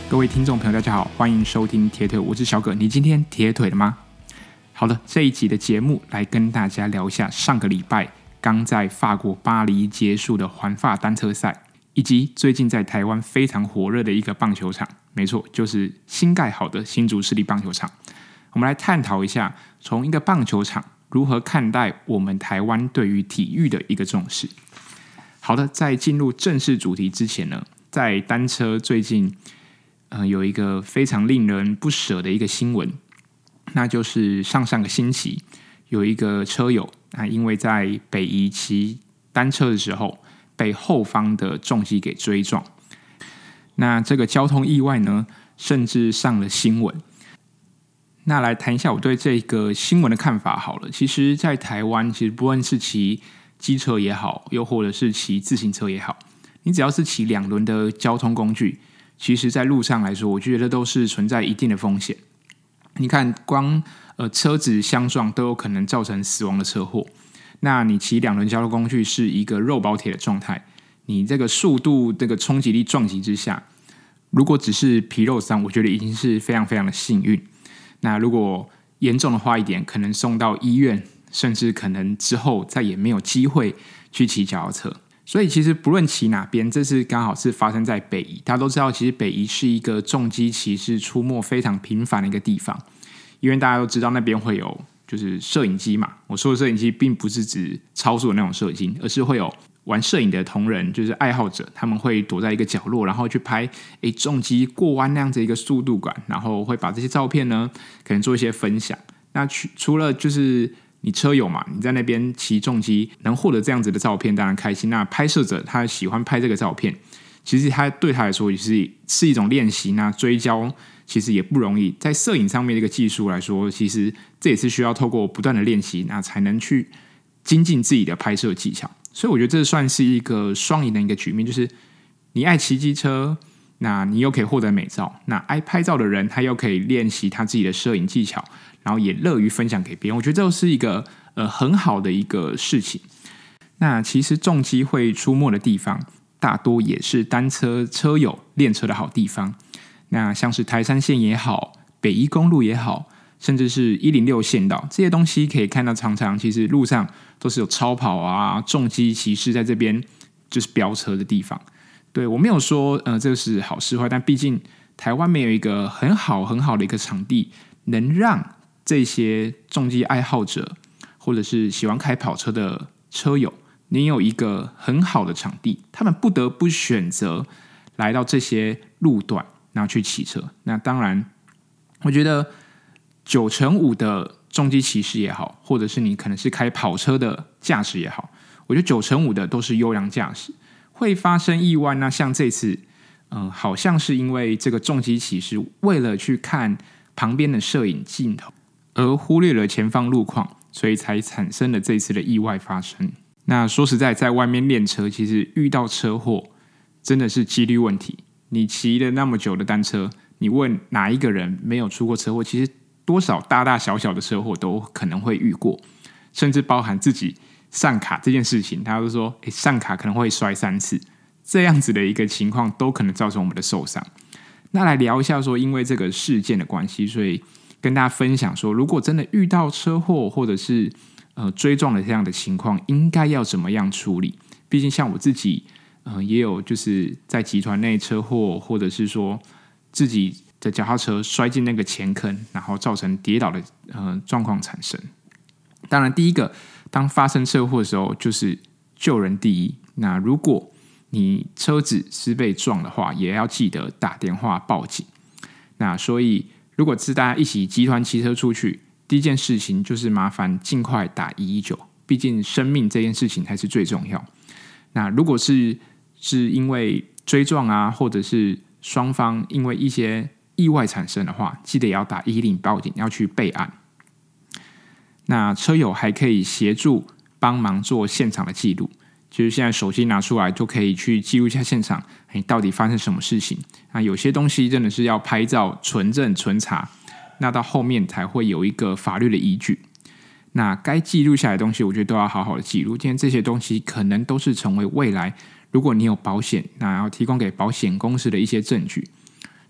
各位听众朋友大家好，欢迎收听铁腿，我是小葛。你今天铁腿了吗？好的，这一集的节目来跟大家聊一下上个礼拜刚在法国巴黎结束的环法单车赛，以及最近在台湾非常火热的一个棒球场，没错，就是新盖好的新竹市立棒球场。我们来探讨一下从一个棒球场如何看待我们台湾对于体育的一个重视。好的，在进入正式主题之前呢，在单车最近有一个非常令人不舍的一个新闻，那就是上个星期有一个车友因为在北宜骑单车的时候被后方的重机给追撞，那这个交通意外呢甚至上了新闻。那来谈一下我对这个新闻的看法好了。其实在台湾，其实不论是骑机车也好，又或者是骑自行车也好，你只要是骑两轮的交通工具，其实在路上来说，我觉得都是存在一定的风险。你看光车子相撞都有可能造成死亡的车祸，那你骑两轮交通工具是一个肉包铁的状态，你这个速度这个冲击力撞击之下，如果只是皮肉伤，我觉得已经是非常非常的幸运。那如果严重的话一点，可能送到医院，甚至可能之后再也没有机会去骑脚踏车。所以其实不论骑哪边，这是刚好是发生在北宜。大家都知道，其实北宜是一个重机骑士出没非常频繁的一个地方，因为大家都知道那边会有就是摄影机嘛。我说的摄影机并不是指超速的那种摄影机，而是会有玩摄影的同仁，就是爱好者，他们会躲在一个角落，然后去拍重机过弯那样子一个速度感，然后会把这些照片呢可能做一些分享。那除了就是你车友嘛，你在那边骑重机能获得这样子的照片，当然开心。那拍摄者他喜欢拍这个照片，其实他对他来说也是一种练习。那追焦其实也不容易，在摄影上面的一个技术来说，其实这也是需要透过不断的练习，那才能去精进自己的拍摄技巧。所以我觉得这算是一个双赢的一个局面，就是你爱骑机车，那你又可以获得美照，那爱拍照的人他又可以练习他自己的摄影技巧，然后也乐于分享给别人。我觉得这是一个很好的一个事情。那其实重机会出没的地方，大多也是单车车友练车的好地方。那像是台山线也好，北宜公路也好，甚至是106线道，这些东西可以看到常常其实路上都是有超跑啊、重机骑士在这边就是飙车的地方。对，我没有说这是好是坏，但毕竟台湾没有一个很好的一个场地，能让这些重机爱好者或者是喜欢开跑车的车友，你有一个很好的场地，他们不得不选择来到这些路段，然后去骑车。那当然，我觉得9成5的重机骑士也好，或者是你可能是开跑车的驾驶也好，我觉得9成5的都是优良驾驶。会发生意外，那像这次好像是因为这个重机骑士为了去看旁边的摄影镜头而忽略了前方路况，所以才产生了这次的意外发生。那说实在，在外面练车，其实遇到车祸真的是几率问题。你骑了那么久的单车，你问哪一个人没有出过车祸？其实多少大大小小的车祸都可能会遇过，甚至包含自己上卡这件事情，他都说上卡可能会摔3次，这样子的一个情况都可能造成我们的受伤。那来聊一下说，因为这个事件的关系，所以跟大家分享说，如果真的遇到车祸或者是追撞的这样的情况，应该要怎么样处理？毕竟像我自己也有就是在集团内车祸，或者是说自己的脚踏车摔进那个前坑，然后造成跌倒的状况产生。当然第一个，当发生车祸的时候，就是救人第一。那如果你车子是被撞的话，也要记得打电话报警。那所以如果是大家一起集团骑车出去，第一件事情就是麻烦尽快打119，毕竟生命这件事情才是最重要。那如果是因为追撞啊，或者是双方因为一些意外产生的话，记得也要打110报警，要去备案。那车友还可以协助帮忙做现场的记录，就是现在手机拿出来就可以去记录一下现场，到底发生什么事情。那有些东西真的是要拍照存证存查，那到后面才会有一个法律的依据。那该记录下来的东西，我觉得都要好好的记录。今天这些东西可能都是成为未来，如果你有保险，那要提供给保险公司的一些证据。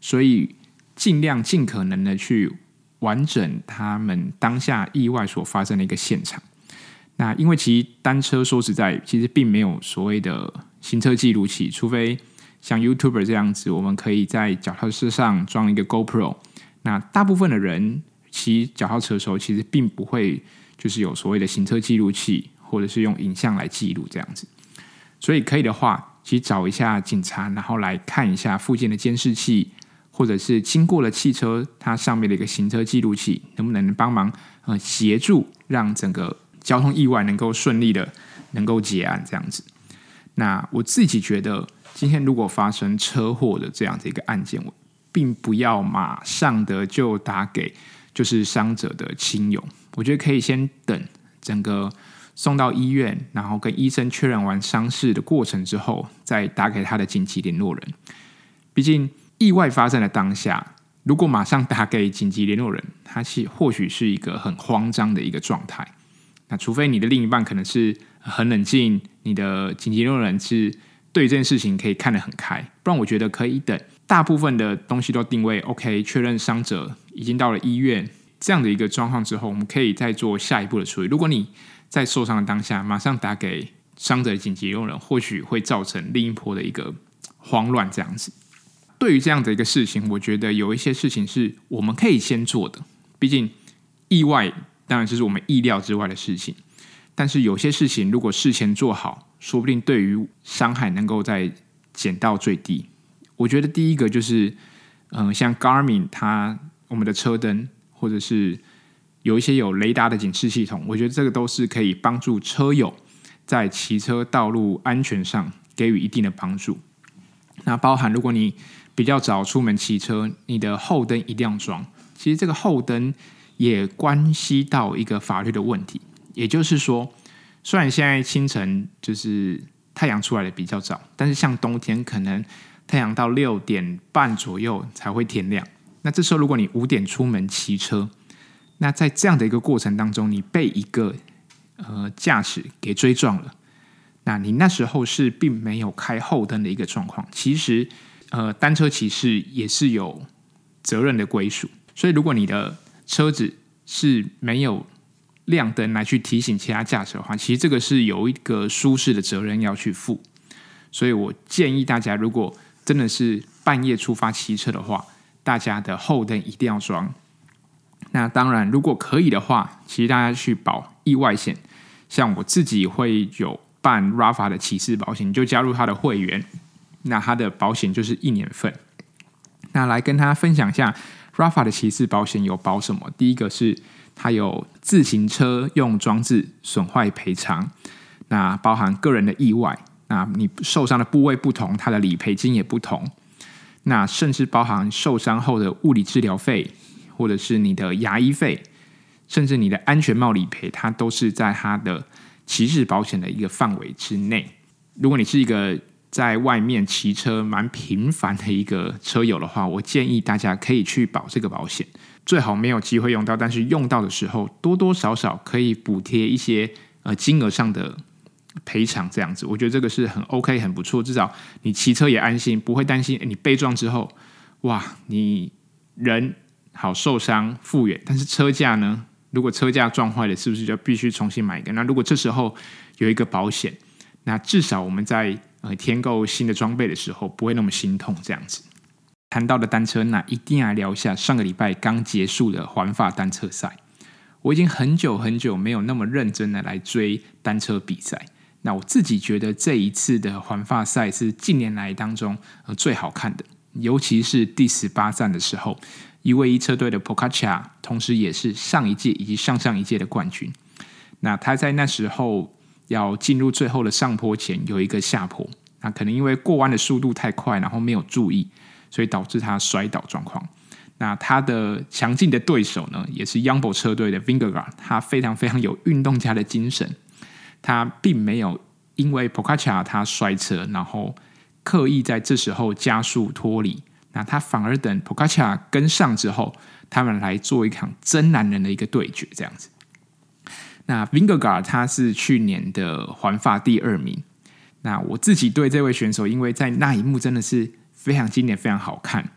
所以尽可能的去完整他们当下意外所发生的一个现场。那因为其实单车说实在，其实并没有所谓的行车记录器，除非像 YouTuber 这样子，我们可以在脚踏车上装一个 GoPro。那大部分的人骑脚踏车的时候，其实并不会就是有所谓的行车记录器，或者是用影像来记录这样子。所以可以的话，其实找一下警察，然后来看一下附近的监视器，或者是经过了汽车它上面的一个行车记录器，能不能帮忙协助让整个交通意外能够顺利的能够结案这样子。那我自己觉得，今天如果发生车祸的这样的一个案件，我并不要马上的就打给就是伤者的亲友，我觉得可以先等整个送到医院，然后跟医生确认完伤势的过程之后，再打给他的紧急联络人。毕竟意外发生的当下，如果马上打给紧急联络人，他或许是一个很慌张的一个状态。那除非你的另一半可能是很冷静，你的紧急联络人是对这件事情可以看得很开，不然我觉得可以等大部分的东西都定位 OK， 确认伤者已经到了医院这样的一个状况之后，我们可以再做下一步的处理。如果你在受伤的当下马上打给伤者的紧急联络人，或许会造成另一波的一个慌乱这样子。对于这样的一个事情，我觉得有一些事情是我们可以先做的，毕竟意外当然就是我们意料之外的事情，但是有些事情如果事前做好，说不定对于伤害能够再减到最低。我觉得第一个就是像 Garmin 我们的车灯，或者是有一些有雷达的警示系统，我觉得这个都是可以帮助车友在骑车道路安全上给予一定的帮助。那包含如果你比较早出门骑车，你的后灯一定要装。其实这个后灯也关系到一个法律的问题，也就是说，虽然现在清晨就是太阳出来的比较早，但是像冬天可能太阳到6点半左右才会天亮。那这时候如果你5点出门骑车，那在这样的一个过程当中，你被一个驾驶给追撞了，那你那时候是并没有开后灯的一个状况。其实单车骑士也是有责任的归属，所以如果你的车子是没有亮灯来去提醒其他驾驶的话，其实这个是有一个舒适的责任要去负。所以我建议大家，如果真的是半夜出发骑车的话，大家的后灯一定要装。那当然如果可以的话，其实大家去保意外险，像我自己会有办 Rafa 的骑士保险，你就加入他的会员，那他的保险就是1年份。那来跟大家分享一下 Rafa 的骑士保险有保什么。第一个是它有自行车用装置损坏赔偿，那包含个人的意外，那你受伤的部位不同，它的理赔金也不同。那甚至包含受伤后的物理治疗费，或者是你的牙医费，甚至你的安全帽理赔，它都是在它的骑士保险的一个范围之内。如果你是一个在外面骑车蛮频繁的一个车友的话，我建议大家可以去保这个保险，最好没有机会用到，但是用到的时候多多少少可以补贴一些金额上的赔偿这样子。我觉得这个是很 OK 很不错，至少你骑车也安心，不会担心你被撞之后哇你人好受伤复原，但是车架呢，如果车架撞坏了是不是就必须重新买一个？那如果这时候有一个保险，那至少我们在添购新的装备的时候不会那么心痛这样子。谈到的单车，那一定要聊一下上个礼拜刚结束的环法单车赛。我已经很久很久没有那么认真的来追单车比赛，那我自己觉得这一次的环法赛是近年来当中最好看的，尤其是第18站的时候，121车队的 Pogačar 同时也是上一届以及上上一届的冠军。那他在那时候要进入最后的上坡前有一个下坡，那可能因为过弯的速度太快，然后没有注意，所以导致他摔倒状况。那他的强劲的对手呢，也是 Jumbo 车队的 Vingegaard， 他非常非常有运动家的精神，他并没有因为 Pogačar 他摔车，然后刻意在这时候加速脱离，那他反而等 Pogačar 跟上之后，他们来做一场真男人的一个对决这样子。那 Vingegaard 他是去年的环法第2名，那我自己对这位选手，因为在那一幕真的是非常经典非常好看，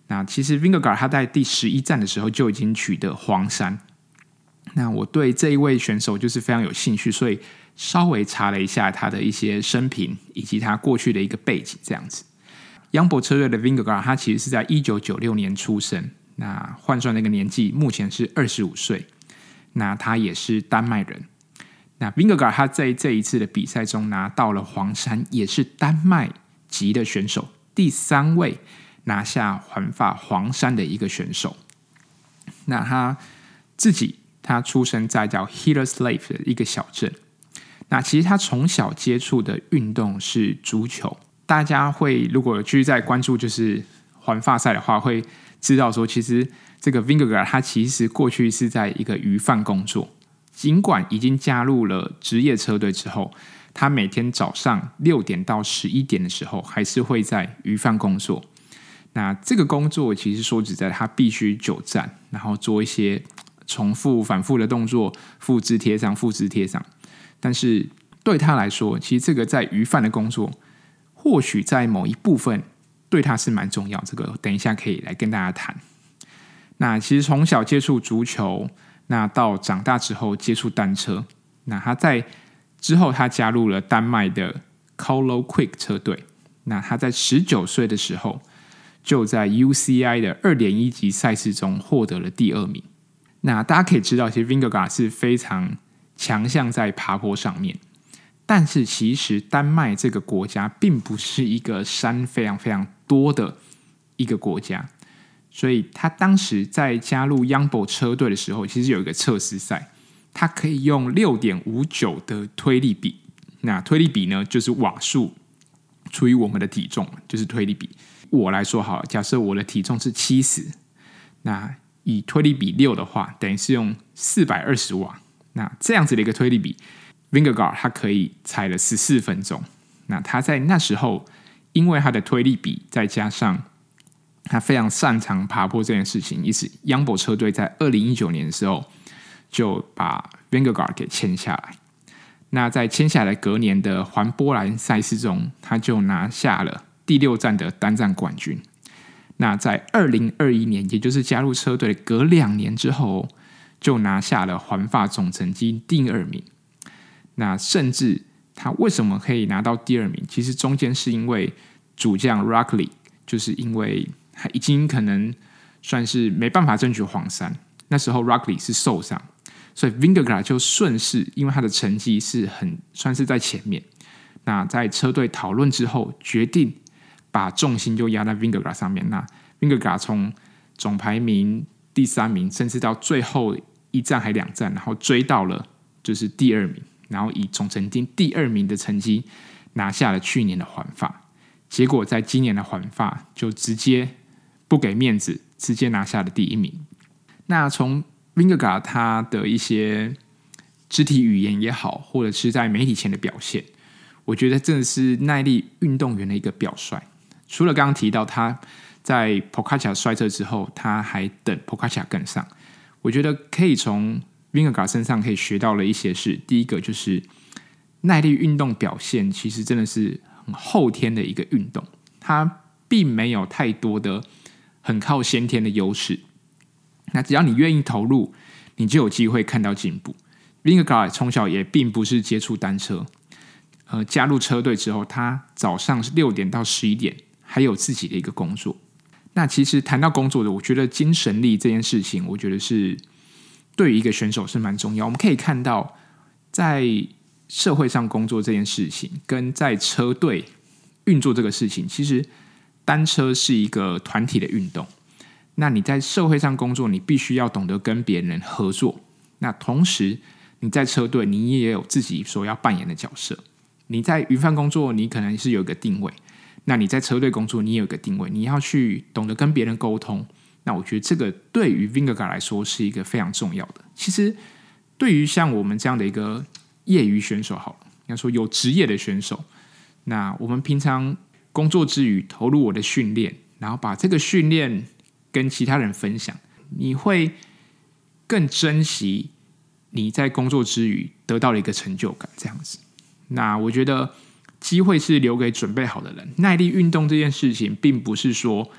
那其实 Vingegaard 他在第11站的时候就已经取得黄衫。那我对这一位选手就是非常有兴趣，所以稍微查了一下他的一些生平以及他过去的一个背景这样子。杨博车队的 Vingegaard 他其实是在1996年出生，那换算那个年纪目前是25岁，那他也是丹麦人。那 Vingegaard 他在这一次的比赛中拿到了黄衫，也是丹麦籍的选手第3位拿下环法黄衫的一个选手。那他出生在叫 Hillerslev 的一个小镇。那其实他从小接触的运动是足球。大家会如果继续在关注就是环法赛的话，会知道说其实这个 Vingegaard 他其实过去是在一个鱼贩工作。尽管已经加入了职业车队之后，他每天早上6点到11点的时候还是会在鱼贩工作。那这个工作其实说实在，他必须久站，然后做一些重复反复的动作，复制贴上复制贴上。但是对他来说，其实这个在鱼贩的工作或许在某一部分对他是蛮重要，这个等一下可以来跟大家谈。那其实从小接触足球，那到长大之后接触单车，那他在之后他加入了丹麦的 Colo Quick 车队。那他在19岁的时候就在 UCI 的 2.1 级赛事中获得了第2名。那大家可以知道，其实 Vingegaard 是非常强项在爬坡上面，但是其实丹麦这个国家并不是一个山非常非常多的一个国家，所以他当时在加入 Jumbo 车队的时候，其实有一个测试赛，他可以用 6.59 的推力比。那推力比呢，就是瓦数除以我们的体重，就是推力比。我来说好了，假设我的体重是70，那以推力比6的话，等于是用420瓦。那这样子的一个推力比 Vingegaard 他可以踩了14分钟。那他在那时候因为他的推力比再加上他非常擅长爬坡这件事情，因此 Jumbo 车队在2019年的时候就把 Vingegaard 给签下来。那在签下来隔年的环波兰赛事中，他就拿下了第6站的单站冠军。那在2021年，也就是加入车队的隔2年之后，就拿下了环法总成绩第2名。那甚至他为什么可以拿到第2名？其实中间是因为主将 Roglic 就是因为他已经可能算是没办法争取黄衫，那时候 Roglic 是受伤，所以 Vingegaard 就顺势，因为他的成绩是算是在前面。那在车队讨论之后，决定把重心就压在 Vingegaard 上面。那 Vingegaard 从总排名第3名，甚至到最后1站还2站，然后追到了就是第2名，然后以总成绩第2名的成绩拿下了去年的环法。结果在今年的环法就直接不给面子，直接拿下了第1名。那从 Vingegaard 他的一些肢体语言也好，或者是在媒体前的表现，我觉得真的是耐力运动员的一个表率。除了刚刚提到他在 Pogačar 摔车之后，他还等 Pogačar 跟上，我觉得可以从 Vingegaard 身上可以学到了一些事。第一个就是耐力运动表现其实真的是很后天的一个运动，它并没有太多的很靠先天的优势。那只要你愿意投入，你就有机会看到进步。Vingegaard 从小也并不是接触单车，加入车队之后，他早上是6点到11点，还有自己的一个工作。那其实谈到工作的，我觉得精神力这件事情，我觉得是对于一个选手是蛮重要。我们可以看到，在社会上工作这件事情，跟在车队运作这个事情，其实单车是一个团体的运动。那你在社会上工作，你必须要懂得跟别人合作。那同时，你在车队，你也有自己所要扮演的角色。你在鱼贩工作，你可能是有一个定位；那你在车队工作，你也有一个定位。你要去懂得跟别人沟通。那我觉得这个对于 Vingegaard 来说是一个非常重要的。其实，对于像我们这样的一个业余选手，好了，应该说有职业的选手，那我们平常工作之余投入我的训练，然后把这个训练跟其他人分享，你会更珍惜你在工作之余得到了一个成就感，这样子。那我觉得机会是留给准备好的人。耐力运动这件事情，并不是说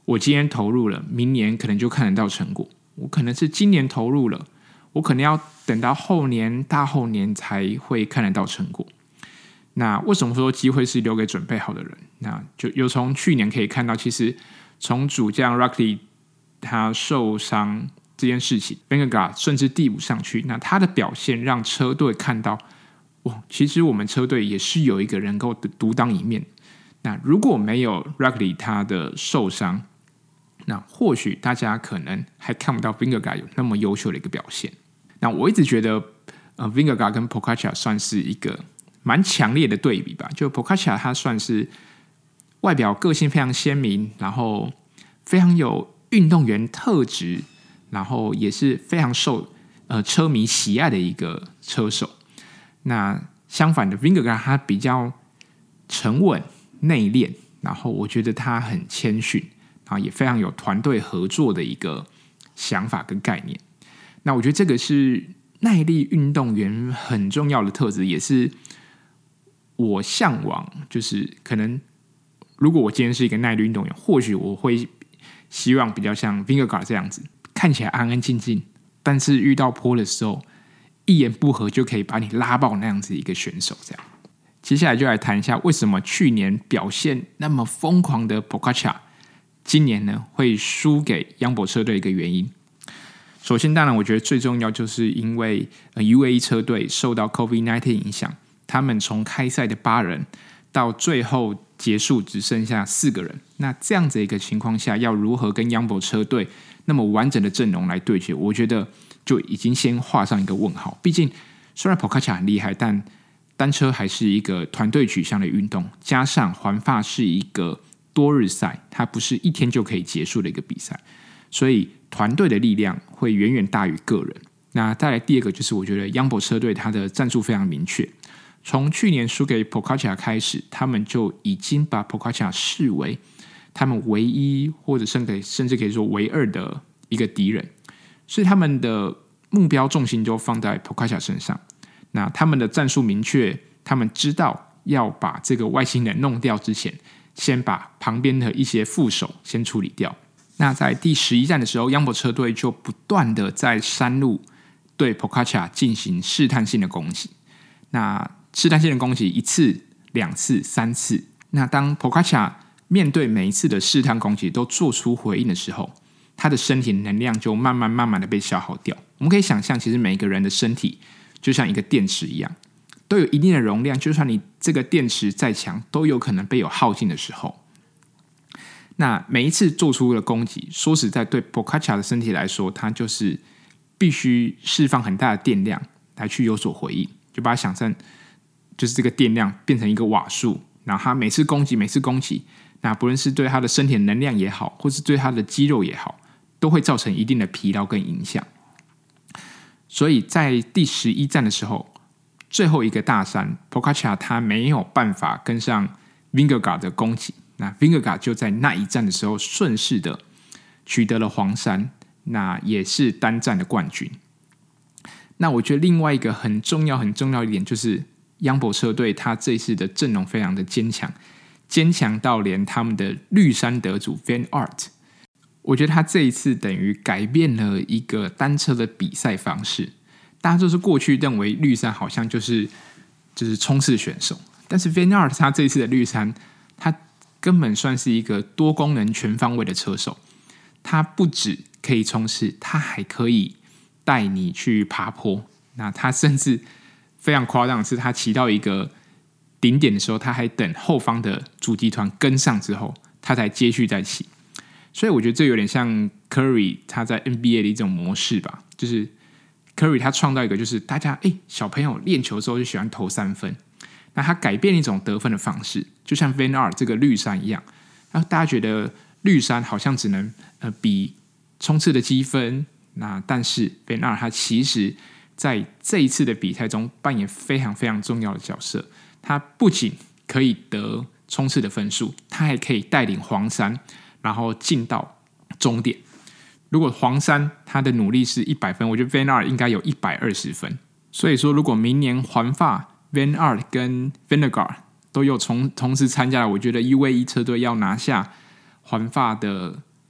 我今天投入了，明年可能就看得到成果。我可能是今年投入了，我可能要等到后年、大后年才会看得到成果。那为什么说机会是留给准备好的人？那就有从去年可以看到，其实从主将 Rackley 他受伤这件事情 Vingegaard 甚至递补上去，那他的表现让车队看到，其实我们车队也是有一个人够独当一面。那如果没有 Rackley 他的受伤，那或许大家可能还看不到 Vingegaard 有那么优秀的一个表现。那我一直觉得Vingegaard 跟 Pogačar 算是一个蛮强烈的对比吧。就 Pogačar 他算是外表个性非常鲜明，然后非常有运动员特质，然后也是非常受车迷喜爱的一个车手。那相反的 Vingegaard 他比较沉稳内敛，然后我觉得他很谦逊，然后也非常有团队合作的一个想法跟概念。那我觉得这个是耐力运动员很重要的特质，也是我向往，就是可能如果我今天是一个耐力运动员，或许我会希望比较像 Vingegaard 这样子，看起来安安静静，但是遇到坡的时候一言不合就可以把你拉爆那样子一个选手。这样，接下来就来谈一下为什么去年表现那么疯狂的 Pogačar 今年呢会输给央博车队的一个原因。首先当然我觉得最重要就是因为UAE 车队受到 COVID-19 影响，他们从开赛的8人到最后结束只剩下4个人。那这样子的一个情况下，要如何跟央博车队那么完整的阵容来对决，我觉得就已经先画上一个问号。毕竟虽然 Pogačar 很厉害，但单车还是一个团队取向的运动，加上环法是一个多日赛，它不是一天就可以结束的一个比赛，所以团队的力量会远远大于个人。那再来第二个就是我觉得央博车队它的战术非常明确，从去年输给 Pogačar 开始，他们就已经把 Pogačar 视为他们唯一或者甚至可以说唯二的一个敌人，所以他们的目标重心就放在 Pogačar 身上。那他们的战术明确，他们知道要把这个外星人弄掉之前，先把旁边的一些副手先处理掉。那在第11站的时候，央博车队就不断的在山路对 Pogačar 进行试探性的攻击。那试探性的攻击1次、2次、3次，那当 Pogačar 面对每一次的试探攻击都做出回应的时候，他的身体能量就慢慢的被消耗掉。我们可以想象，其实每个人的身体就像一个电池一样，都有一定的容量，就算你这个电池再强，都有可能被有耗尽的时候。那每一次做出的攻击，说实在对 Pogačar 的身体来说，他就是必须释放很大的电量来去有所回应，就把它想象就是这个电量变成一个瓦数，然后他每次攻击，那不论是对他的身体的能量也好，或是对他的肌肉也好，都会造成一定的疲劳跟影响。所以在第11站的时候，最后一个大山 Pogačar 他没有办法跟上 Vingegaard 的攻击，那 Vingegaard 就在那一站的时候顺势的取得了黄衫，那也是单站的冠军。那我觉得另外一个很重要的一点就是央博车队他这一次的阵容非常的坚强到连他们的绿衫得主 Van Aert， 我觉得他这一次等于改变了一个单车的比赛方式。大家就是过去认为绿衫好像就是冲刺选手，但是 Van Aert 他这一次的绿衫，他根本算是一个多功能全方位的车手。他不只可以冲刺，他还可以带你去爬坡。那他甚至非常夸张的是，他骑到一个顶点的时候，他还等后方的主集团跟上之后，他才接续再骑。所以我觉得这有点像 Curry 他在 NBA 的一种模式吧，就是 Curry 他创造一个就是大家小朋友练球之后就喜欢投3分，那他改变一种得分的方式，就像 Van Aert 这个绿衫一样，然后大家觉得绿衫好像只能比冲刺的积分，那但是 Van Aert 他其实在这一次的比赛中扮演非常非常重要的角色。他不仅可以得冲刺的分数，他还可以带领黄衫然后进到终点。如果黄衫他的努力是100分，我觉得 Van Aert 应该有120分。所以说如果明年环法 Van Aert 跟 Vingegaard 都有同时参加，我觉得 UAE 车队要拿下环法的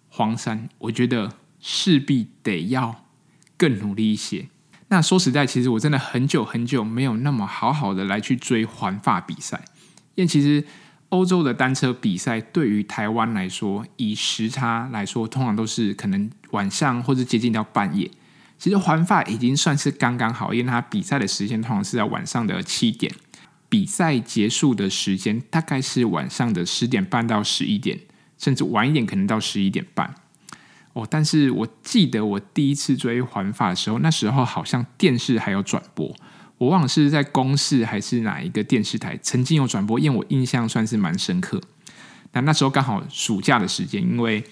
黄山，我觉得势必得要更努力一些。那说实在，其实我真的很久很久没有那么好好的来去追环法比赛，因为其实欧洲的单车比赛对于台湾来说，以时差来说，通常都是可能晚上或者接近到半夜。其实环法已经算是刚刚好，因为它比赛的时间通常是在晚上的7点，比赛结束的时间大概是晚上的10点半到11点，甚至晚一点可能到11点半。但是我记得我第一次追环法的时候，那时候好像电视还有转播，我忘了是在公视还是哪一个电视台曾经有转播，因为我印象算是蛮深刻。那时候刚好暑假的时间，因为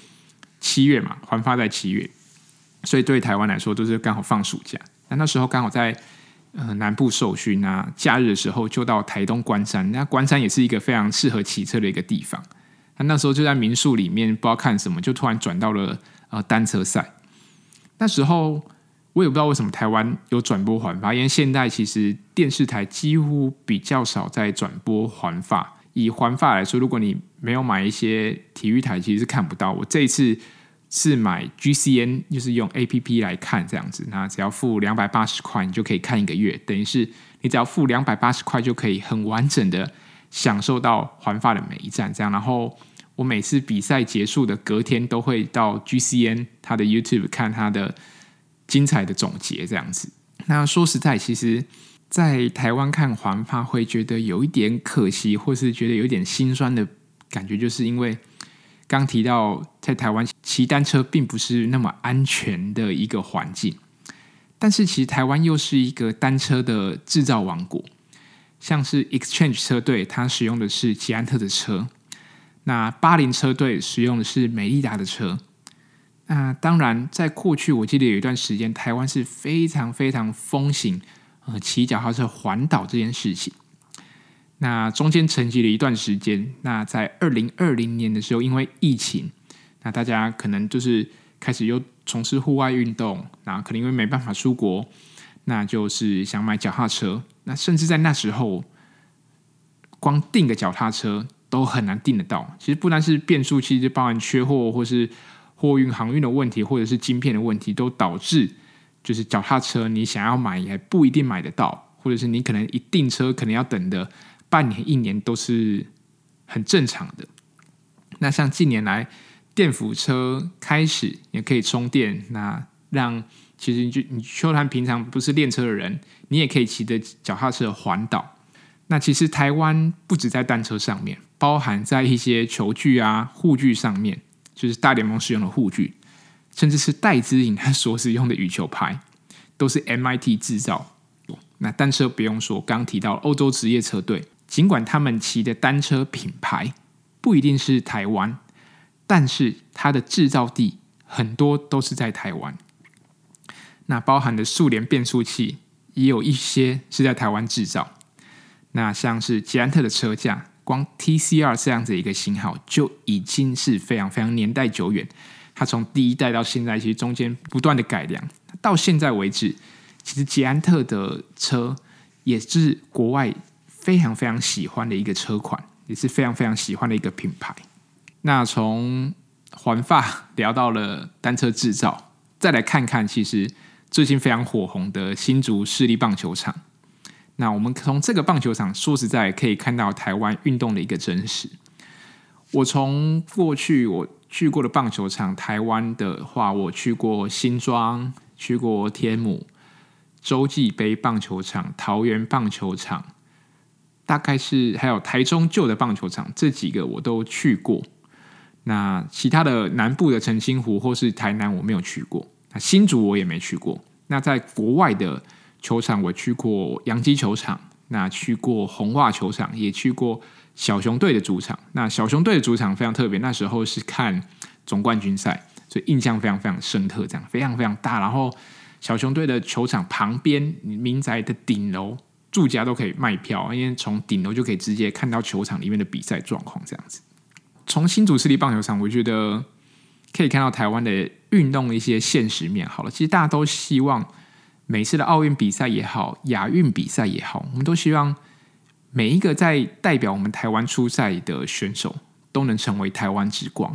7月嘛，环法在7月，所以对台湾来说都是刚好放暑假。那时候刚好在南部受训，那假日的时候就到台东关山，那关山也是一个非常适合骑车的一个地方。那时候就在民宿里面不知道看什么，就突然转到了单车赛。那时候我也不知道为什么台湾有转播环法，因为现在其实电视台几乎比较少在转播环法。以环法来说，如果你没有买一些体育台，其实是看不到。我这一次是买 GCN， 就是用 APP 来看这样子，那只要付280块，你就可以看1个月，等于是你只要付280块就可以很完整的享受到环法的每一站这样。然后我每次比赛结束的隔天都会到 GCN 他的 YouTube 看他的精彩的总结这样子。那说实在，其实在台湾看环法会觉得有一点可惜，或是觉得有一点心酸的感觉，就是因为刚提到在台湾骑单车并不是那么安全的一个环境，但是其实台湾又是一个单车的制造王国，像是 Exchange 车队它使用的是捷安特的车，那80车队使用的是美利达的车。那当然在过去我记得有一段时间台湾是非常非常风行骑脚踏车环岛这件事情，那中间沉寂了一段时间。那在2020年的时候，因为疫情，那大家可能就是开始又从事户外运动，那可能因为没办法出国，那就是想买脚踏车。那甚至在那时候，光订个脚踏车都很难订得到。其实不单是变速器，就包含缺货，或是货运航运的问题，或者是晶片的问题，都导致就是脚踏车你想要买也不一定买得到，或者是你可能一订车可能要等的半年1年都是很正常的。那像近年来电辅车开始也可以充电，那让其实你就算平常不是练车的人，你也可以骑着脚踏车环岛。那其实台湾不止在单车上面，包含在一些球具啊护具上面，就是大联盟使用的护具，甚至是戴资颖他所使用的羽球拍都是 MIT 制造。那单车不用说，刚提到欧洲职业车队，尽管他们骑的单车品牌不一定是台湾，但是它的制造地很多都是在台湾。那包含的速联变速器也有一些是在台湾制造。那像是捷安特的车架，光 TCR 这样子一个型号就已经是非常非常年代久远，它从第一代到现在其实中间不断的改良，到现在为止其实捷安特的车也是国外非常非常喜欢的一个车款，也是非常非常喜欢的一个品牌。那从环法聊到了单车制造，再来看看其实最近非常火红的新竹市立棒球场。那我们从这个棒球场说实在可以看到台湾运动的一个真实。我从过去我去过的棒球场，台湾的话我去过新庄，去过天母、洲际杯棒球场、桃园棒球场，大概是还有台中旧的棒球场，这几个我都去过。那其他的南部的澄清湖或是台南我没有去过，那新竹我也没去过。那在国外的球场我去过洋基球场，那去过红袜球场，也去过小熊队的主场。那小熊队的主场非常特别，那时候是看总冠军赛，所以印象非常非常深刻，这样非常非常大。然后小熊队的球场旁边民宅的顶楼住家都可以卖票，因为从顶楼就可以直接看到球场里面的比赛状况这样子。从新竹市立棒球场我觉得可以看到台湾的运动的一些现实面。好了，其实大家都希望每次的奥运比赛也好，亚运比赛也好，我们都希望每一个在代表我们台湾出赛的选手都能成为台湾之光。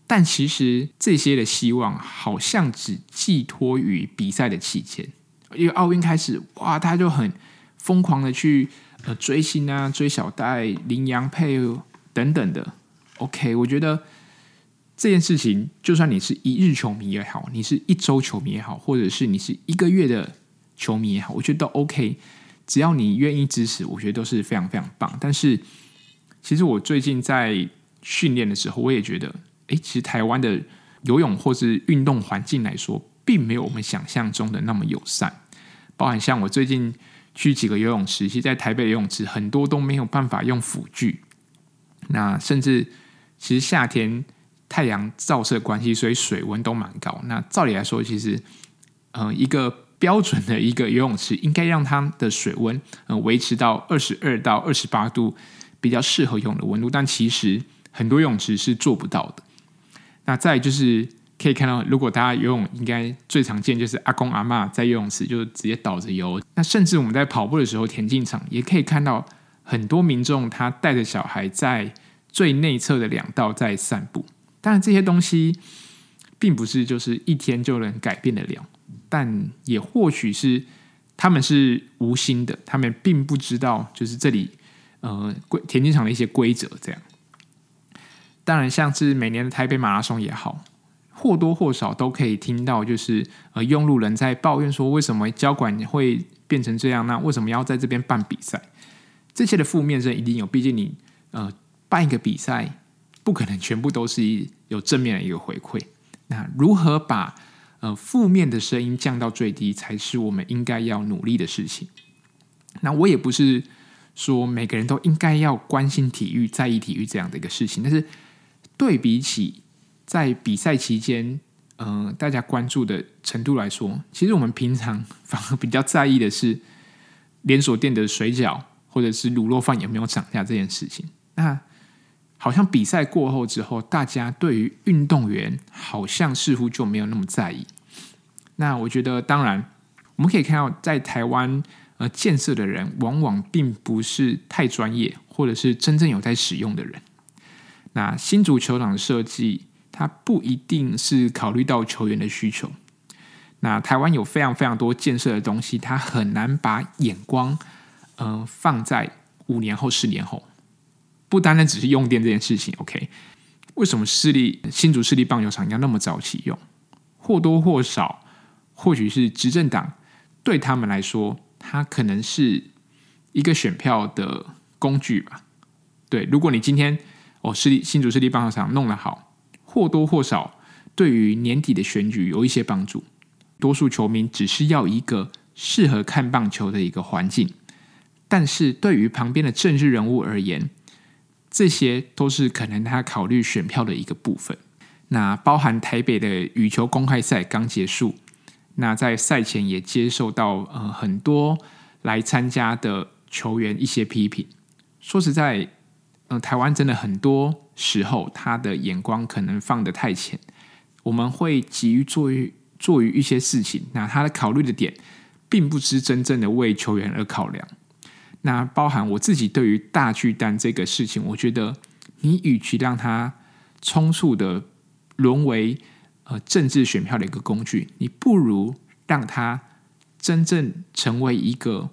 但其实这些的希望好像只寄托于比赛的期间，因为奥运开始，哇，他就很疯狂的去追星啊，追小戴、林洋配等等的。OK， 我觉得这件事情，就算你是一日球迷也好，你是一周球迷也好，或者是你是一个月的球迷也好，我觉得都 OK。只要你愿意支持，我觉得都是非常非常棒。但是，其实我最近在训练的时候，我也觉得，其实台湾的游泳或是运动环境来说，并没有我们想象中的那么友善。包含像我最近去几个游泳池，其实在台北的游泳池很多都没有办法用辅具。那甚至其实夏天太阳照射关系，所以水温都蛮高。那照理来说，其实一个标准的一个游泳池应该让它的水温维持到22到28度，比较适合游泳的温度。但其实很多游泳池是做不到的。那再来就是可以看到，如果大家游泳，应该最常见就是阿公阿嬷在游泳池就直接倒着游。那甚至我们在跑步的时候，田径场也可以看到很多民众他带着小孩在最内侧的2道在散步。当然这些东西并不是就是一天就能改变得了，但也或许是他们是无心的，他们并不知道就是这里田径场的一些规则这样。当然像是每年的台北马拉松也好，或多或少都可以听到就是用路人在抱怨说，为什么交管会变成这样，那为什么要在这边办比赛，这些的负面声一定有。毕竟你办一个比赛不可能全部都是有正面的一个回馈，那如何把负面的声音降到最低，才是我们应该要努力的事情。那我也不是说每个人都应该要关心体育、在意体育这样的一个事情，但是对比起在比赛期间大家关注的程度来说，其实我们平常反而比较在意的是连锁店的水饺或者是卤肉饭有没有涨价这件事情。那好像比赛过后之后，大家对于运动员好像似乎就没有那么在意。那我觉得当然我们可以看到在台湾建设的人往往并不是太专业，或者是真正有在使用的人。那新竹球场的设计它不一定是考虑到球员的需求。那台湾有非常非常多建设的东西，它很难把眼光放在5年后10年后，不单单只是用电这件事情。 OK， 为什么新竹市立棒球场要那么早启用？或多或少或许是执政党对他们来说，它可能是一个选票的工具吧。对，如果你今天新竹市立棒球场弄得好，或多或少对于年底的选举有一些帮助。多数球迷只是要一个适合看棒球的一个环境，但是对于旁边的政治人物而言，这些都是可能他考虑选票的一个部分。那包含台北的羽球公开赛刚结束，那在赛前也接受到很多来参加的球员一些批评。说实在台湾真的很多时候他的眼光可能放得太浅，我们会急于做于一些事情，那他的考虑的点并不是真正的为球员而考量。那包含我自己对于大巨蛋这个事情，我觉得你与其让它冲突的沦为政治选票的一个工具，你不如让它真正成为一个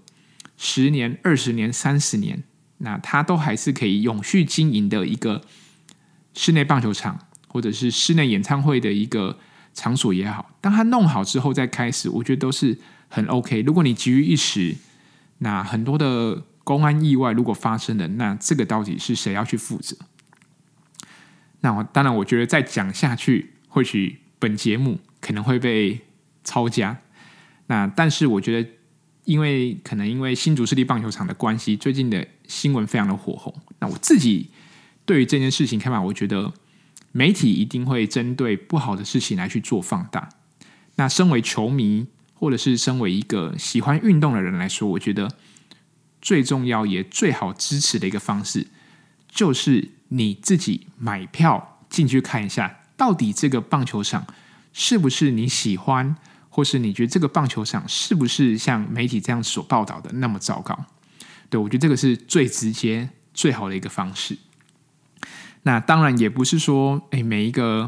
10年、20年、30年，那它都还是可以永续经营的一个室内棒球场，或者是室内演唱会的一个场所也好。当它弄好之后再开始，我觉得都是很 OK。如果你急于一时，那很多的公安意外如果发生了，那这个到底是谁要去负责？那当然我觉得再讲下去，或许本节目可能会被抄家。那但是我觉得因为新竹市立棒球场的关系，最近的新闻非常的火红。那我自己对于这件事情看法，我觉得媒体一定会针对不好的事情来去做放大。那身为球迷，或者是身为一个喜欢运动的人来说，我觉得最重要也最好支持的一个方式，就是你自己买票进去看一下，到底这个棒球场是不是你喜欢，或是你觉得这个棒球场是不是像媒体这样所报道的那么糟糕。对，我觉得这个是最直接最好的一个方式。那当然也不是说每一个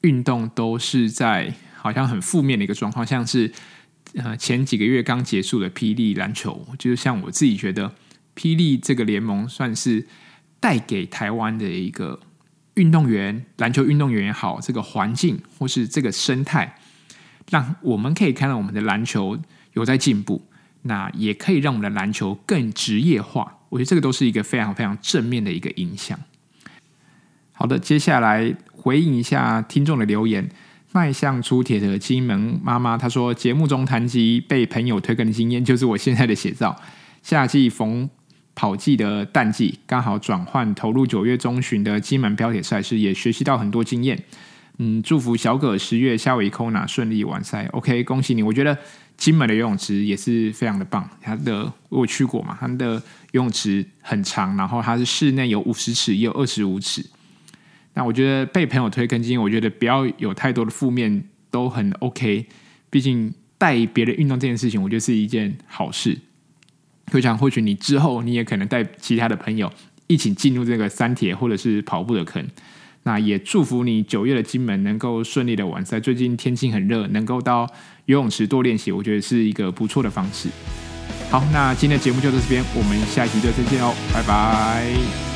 运动都是在好像很负面的一个状况，像是前几个月刚结束的霹雳篮球，就是像我自己觉得霹雳这个联盟算是带给台湾的一个运动员，篮球运动员也好，这个环境或是这个生态，让我们可以看到我们的篮球有在进步，那也可以让我们的篮球更职业化，我觉得这个都是一个非常非常正面的一个影响。好的，接下来回应一下听众的留言。迈向出铁的金门妈妈她说，节目中谈及被朋友推更的经验，就是我现在的写照。夏季逢跑季的淡季，刚好转换投入9月中旬的金门标铁赛事，也学习到很多经验。祝福小葛10月夏威夷 Kona 顺利完赛。OK， 恭喜你！我觉得金门的游泳池也是非常的棒，我有去过嘛，它的游泳池很长，然后它是室内有50尺也有25尺。那我觉得被朋友推更经验，我觉得不要有太多的负面，都很 OK。毕竟带别人运动这件事情，我觉得是一件好事。我想或许你之后你也可能带其他的朋友一起进入这个三铁或者是跑步的坑。那也祝福你9月的金门能够顺利的完赛。最近天气很热，能够到游泳池多练习，我觉得是一个不错的方式。好，那今天的节目就到这边，我们下一集再见哦，拜拜。